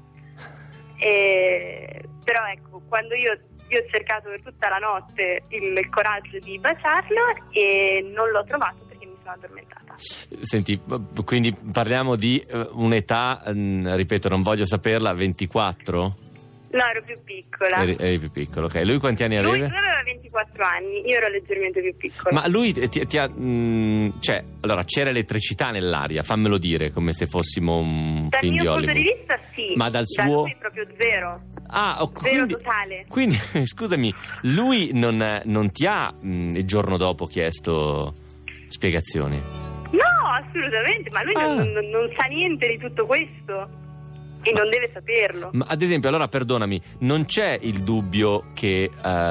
Però ecco, quando io ho cercato per tutta la notte il coraggio di baciarlo e non l'ho trovato perché mi sono addormentata. Senti, quindi parliamo di un'età, ripeto, non voglio saperla, 24? No, ero più piccola. Eri più piccolo, ok. Lui quanti anni aveva? Lui aveva 24 anni, io ero leggermente più piccola. Ma lui ti ha... cioè, allora, c'era elettricità nell'aria, fammelo dire, come se fossimo un film di Hollywood. Dal mio punto di vista sì, ma dal da suo... lui proprio zero. Zero totale. Quindi, scusami, lui non ti ha il giorno dopo chiesto spiegazioni? No, assolutamente, ma lui non sa niente di tutto questo. E non deve saperlo. Ma ad esempio, allora perdonami, non c'è il dubbio che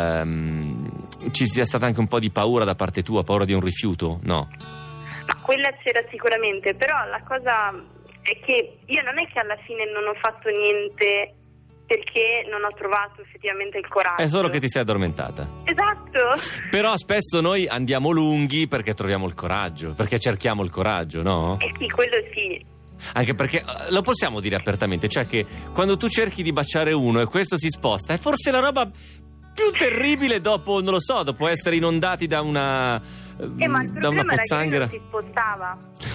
ci sia stata anche un po' di paura da parte tua, paura di un rifiuto? No. Ma quella c'era sicuramente, però la cosa è che io non è che alla fine non ho fatto niente perché non ho trovato effettivamente il coraggio. È solo che ti sei addormentata. Esatto. Però spesso noi andiamo lunghi perché troviamo il coraggio, perché cerchiamo il coraggio, no? Sì, quello sì. Anche perché lo possiamo dire apertamente, cioè che quando tu cerchi di baciare uno e questo si sposta, è forse la roba più terribile dopo, non lo so, dopo essere inondati da una ma il da una pozzanghera. Era che non si spostava.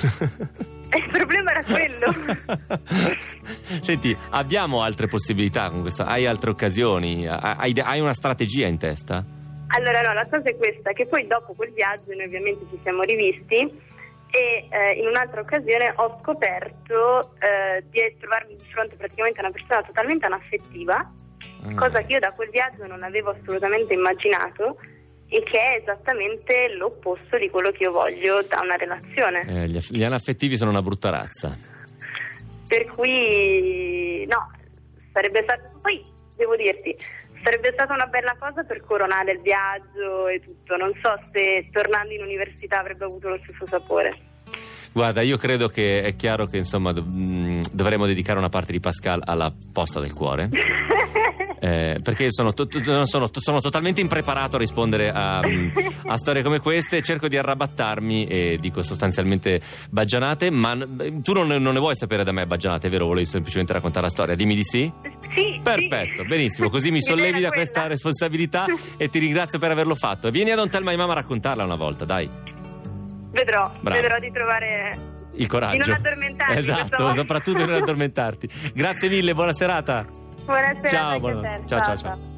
Il problema era quello. Senti, abbiamo altre possibilità con questo? Hai altre occasioni? Hai una strategia in testa? Allora no, la cosa è questa, che poi dopo quel viaggio noi ovviamente ci siamo rivisti e in un'altra occasione ho scoperto di trovarmi di fronte praticamente a una persona totalmente anaffettiva, cosa che io da quel viaggio non avevo assolutamente immaginato e che è esattamente l'opposto di quello che io voglio da una relazione. Gli anaffettivi sono una brutta razza. Per cui no, sarebbe stato, poi devo dirti, sarebbe stata una bella cosa per coronare il viaggio e tutto. Non so se tornando in università avrebbe avuto lo stesso sapore. Guarda, io credo che è chiaro che insomma dovremmo dedicare una parte di Pascal alla posta del cuore. Perché sono totalmente impreparato a rispondere a storie come queste. Cerco di arrabattarmi e dico sostanzialmente baggianate, ma tu non ne vuoi sapere da me baggianate, vero? Volevi semplicemente raccontare la storia, dimmi di sì? Sì. Perfetto, benissimo, così mi sollevi da questa responsabilità e ti ringrazio per averlo fatto. Vieni a Don't Tell My Mom a raccontarla una volta, dai. Vedrò di trovare il coraggio. Di non addormentarti. Esatto, soprattutto di non addormentarti. Grazie mille, buona serata. Buona serata. Ciao, anche a te. ciao.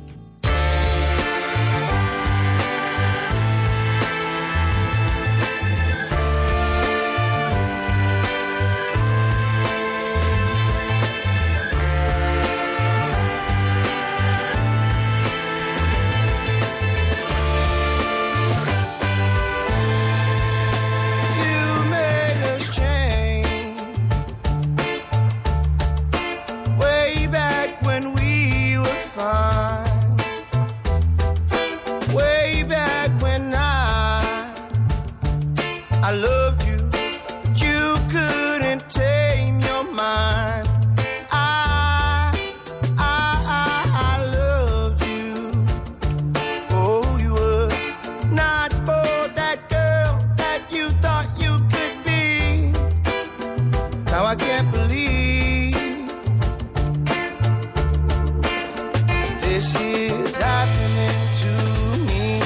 I loved you, but you couldn't tame your mind. I loved you for who you were, not for that girl that you thought you could be. Now I can't believe this is happening to me.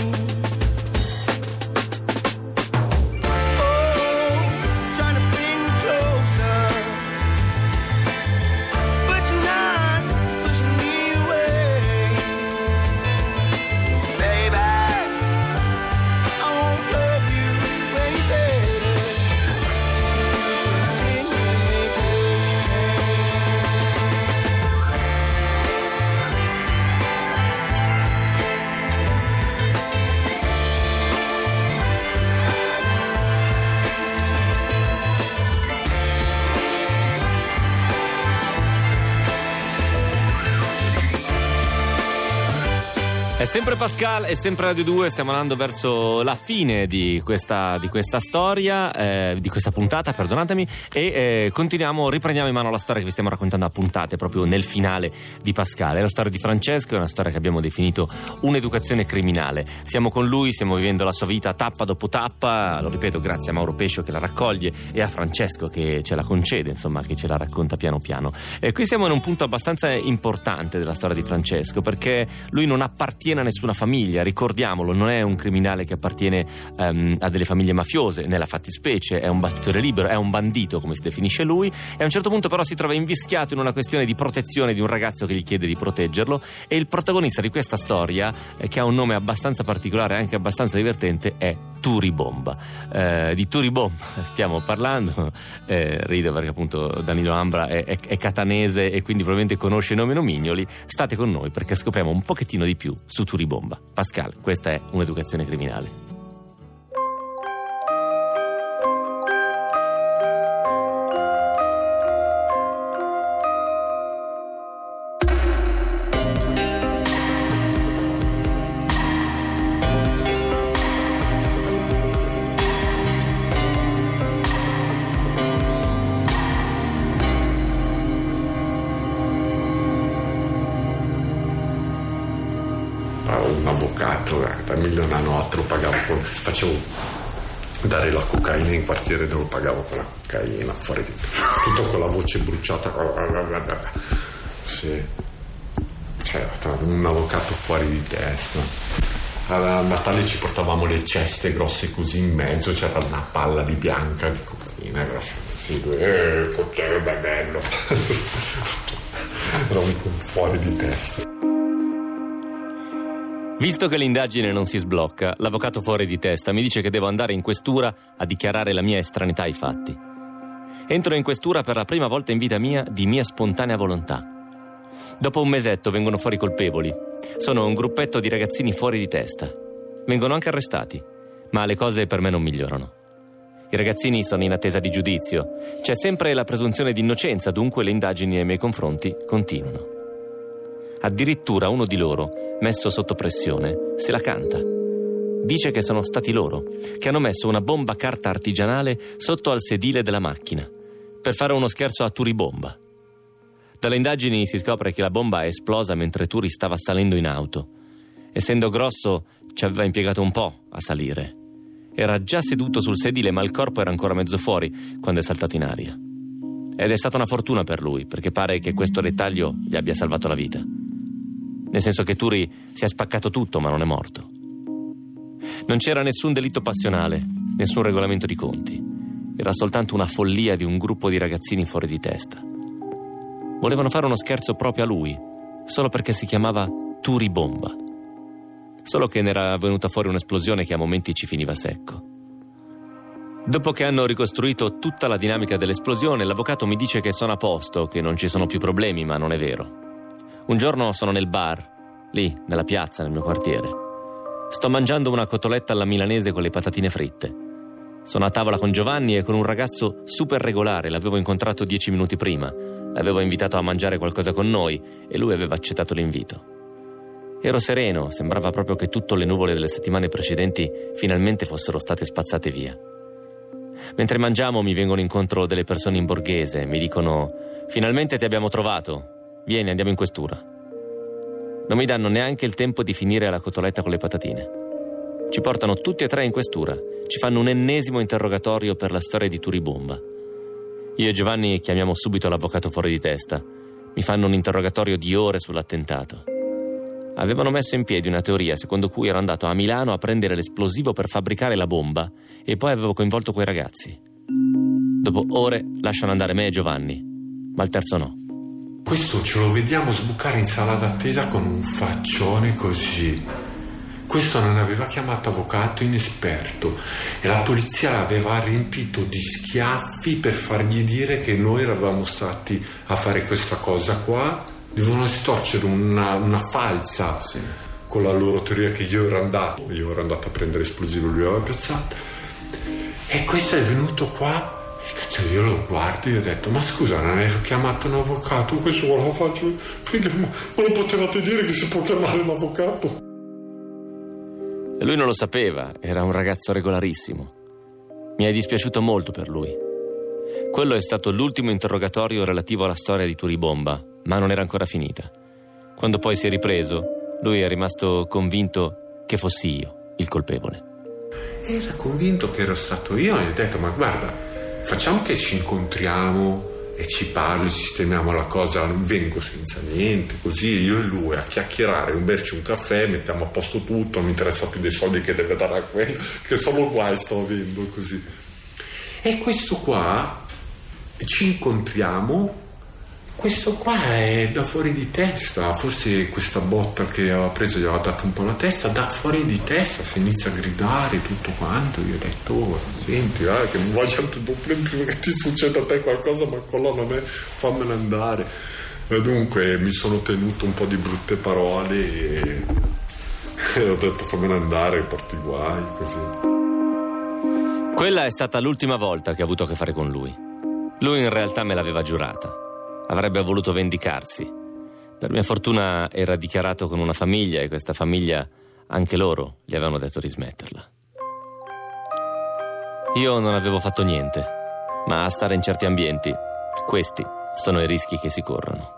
È sempre Pascal, è sempre Radio 2, stiamo andando verso la fine di questa storia, di questa puntata, perdonatemi, e riprendiamo in mano la storia che vi stiamo raccontando a puntate, proprio nel finale di Pascal. È la storia di Francesco, è una storia che abbiamo definito un'educazione criminale. Siamo con lui, stiamo vivendo la sua vita tappa dopo tappa, lo ripeto, grazie a Mauro Pescio che la raccoglie e a Francesco che ce la concede, insomma, che ce la racconta piano piano. E qui siamo in un punto abbastanza importante della storia di Francesco, perché lui non appartiene a nessuna famiglia, ricordiamolo, non è un criminale che appartiene a delle famiglie mafiose, nella fattispecie è un battitore libero, è un bandito come si definisce lui, e a un certo punto però si trova invischiato in una questione di protezione di un ragazzo che gli chiede di proteggerlo, e il protagonista di questa storia, che ha un nome abbastanza particolare e anche abbastanza divertente, è Turi Bomba. Di Turi Bomba stiamo parlando, rido perché appunto Danilo Ambra è catanese e quindi probabilmente conosce nomi e nomignoli. State con noi perché scopriamo un pochettino di più su Turi Bomba. Pascal, questa è un'educazione criminale. Un avvocato da milionanotto, facevo dare la cocaina in quartiere dove pagavo con la cocaina fuori di tutto con la voce bruciata. Sì, cioè, un avvocato fuori di testa. A Natale ci portavamo le ceste grosse così, in mezzo c'era una palla di bianca di cocaina grossa. Sì, che bello. Era un po' fuori di testa. Visto che l'indagine non si sblocca, l'avvocato fuori di testa mi dice che devo andare in questura a dichiarare la mia estraneità ai fatti. Entro in questura per la prima volta in vita mia di mia spontanea volontà. Dopo un mesetto vengono fuori colpevoli. Sono un gruppetto di ragazzini fuori di testa. Vengono anche arrestati, ma le cose per me non migliorano. I ragazzini sono in attesa di giudizio. C'è sempre la presunzione di innocenza, dunque le indagini nei miei confronti continuano. Addirittura uno di loro, messo sotto pressione, se la canta. Dice che sono stati loro, che hanno messo una bomba carta artigianale sotto al sedile della macchina, per fare uno scherzo a Turi Bomba. Dalle indagini si scopre che la bomba è esplosa mentre Turi stava salendo in auto. Essendo grosso, ci aveva impiegato un po' a salire. Era già seduto sul sedile, ma il corpo era ancora mezzo fuori quando è saltato in aria. Ed è stata una fortuna per lui, perché pare che questo dettaglio gli abbia salvato la vita. Nel senso che Turi si è spaccato tutto, ma non è morto. Non c'era nessun delitto passionale. nessun regolamento di conti. Era soltanto una follia di un gruppo di ragazzini fuori di testa. Volevano fare uno scherzo proprio a lui, solo perché si chiamava Turi Bomba. Solo che ne era venuta fuori un'esplosione che a momenti ci finiva secco. Dopo che hanno ricostruito tutta la dinamica dell'esplosione, l'avvocato mi dice che sono a posto, che non ci sono più problemi, ma non è vero. Un giorno sono nel bar, lì, nella piazza, nel mio quartiere. Sto mangiando una cotoletta alla milanese con le patatine fritte. Sono a tavola con Giovanni e con un ragazzo super regolare, l'avevo incontrato 10 minuti prima. L'avevo invitato a mangiare qualcosa con noi e lui aveva accettato l'invito. Ero sereno, sembrava proprio che tutte le nuvole delle settimane precedenti finalmente fossero state spazzate via. Mentre mangiamo mi vengono incontro delle persone in borghese, mi dicono: finalmente ti abbiamo trovato, vieni, andiamo in questura. Non mi danno neanche il tempo di finire la cotoletta con le patatine. Ci portano tutti e tre in questura, ci fanno un ennesimo interrogatorio per la storia di Turi Bomba. Io e Giovanni chiamiamo subito l'avvocato fuori di testa, mi fanno un interrogatorio di ore sull'attentato. Avevano messo in piedi una teoria secondo cui ero andato a Milano a prendere l'esplosivo per fabbricare la bomba e poi avevo coinvolto quei ragazzi. Dopo ore lasciano andare me e Giovanni, ma il terzo no. Questo ce lo vediamo sbucare in sala d'attesa con un faccione così. Questo non aveva chiamato avvocato inesperto e la polizia l'aveva riempito di schiaffi per fargli dire che noi eravamo stati a fare questa cosa qua. Devono storcere una falsa, sì, con la loro teoria che io ero andato a prendere esplosivo, lui aveva piazzato. E questo è venuto qua e cazzo, io lo guardo e ho detto: ma scusa, non hai chiamato un avvocato? Questo lo faccio perché non lo potevate dire che si può chiamare un avvocato? E lui non lo sapeva, era un ragazzo regolarissimo. Mi è dispiaciuto molto per lui. Quello è stato l'ultimo interrogatorio relativo alla storia di Turi Bomba, ma non era ancora finita. Quando poi si è ripreso, lui è rimasto convinto che fossi io il colpevole. Era convinto che ero stato io e ho detto: ma guarda, facciamo che ci incontriamo e ci parli, sistemiamo la cosa, non vengo senza niente, così io e lui a chiacchierare, berci un caffè, mettiamo a posto tutto, non mi interessa più dei soldi che deve dare a quello, che solo guai sto avendo, così. E questo qua, ci incontriamo, questo qua è da fuori di testa, forse questa botta che aveva preso gli aveva dato un po' la testa, da fuori di testa si inizia a gridare tutto quanto. Io ho detto: oh, senti, che non voglio che ti succeda a te qualcosa, ma quello non è, fammene andare. E dunque mi sono tenuto un po' di brutte parole e ho detto: fammene andare, porti guai, così. Quella è stata l'ultima volta che ho avuto a che fare con lui. Lui in realtà me l'aveva giurata. Avrebbe voluto vendicarsi. Per mia fortuna era dichiarato con una famiglia e questa famiglia, anche loro, gli avevano detto di smetterla. Io non avevo fatto niente, ma a stare in certi ambienti, questi sono i rischi che si corrono.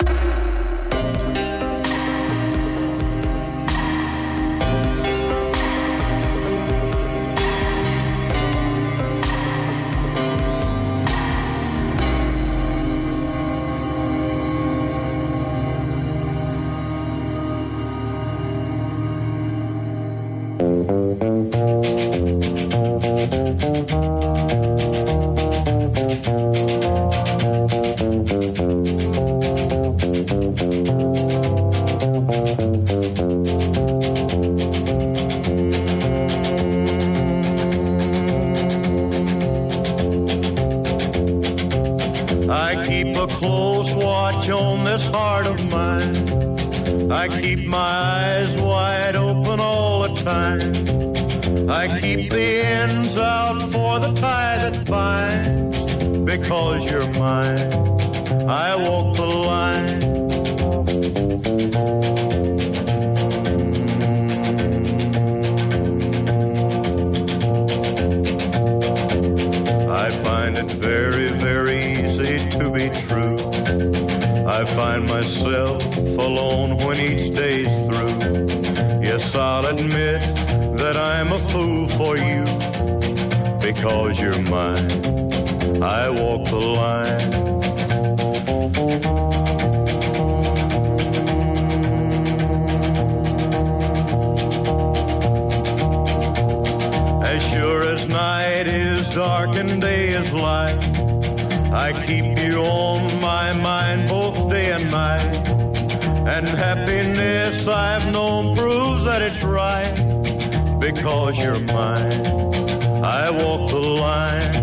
I keep my eyes wide open all the time. I keep the ends out for the tie that binds. Because you're mine, I walk the line. I find it very, very easy to be true. I find myself alone when each day's through. Yes, I'll admit that I'm a fool for you. Because you're mine, I walk the line. As sure as darkened day is light. I keep you on my mind both day and night. And happiness I've known proves that it's right. Because you're mine, I walk the line.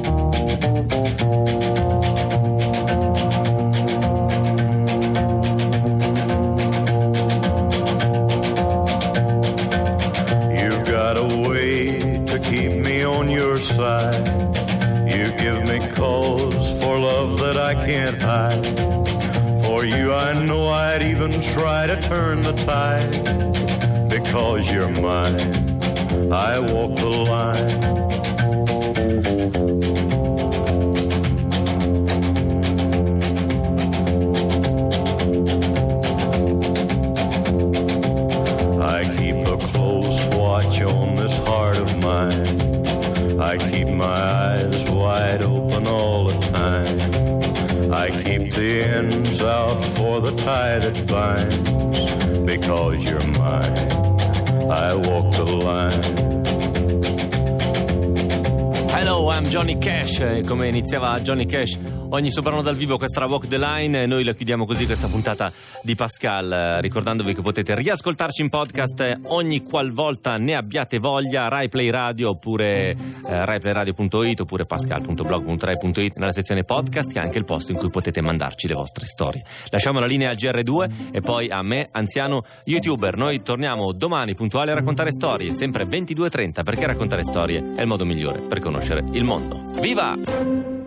You've got a way to keep me on your side. You give me cause for love that I can't hide. For you I know I'd even try to turn the tide. Because you're mine, I walk the line. I keep a close watch on this heart of mine. I keep my eyes wide open all the time. I keep the ends out for the tie that binds. Because you're mine, I walk the line. Hello, I'm Johnny Cash. Come iniziava Johnny Cash ogni suo brano dal vivo, questa era Walk the Line. Noi la chiudiamo così questa puntata di Pascal, ricordandovi che potete riascoltarci in podcast ogni qualvolta ne abbiate voglia, Rai Play Radio oppure raiplayradio.it oppure pascal.blog.rai.it nella sezione podcast, che è anche il posto in cui potete mandarci le vostre storie. Lasciamo la linea al GR2 e poi a me, anziano youtuber. Noi torniamo domani puntuali a raccontare storie, sempre 22:30, perché raccontare storie è il modo migliore per conoscere il mondo. Viva!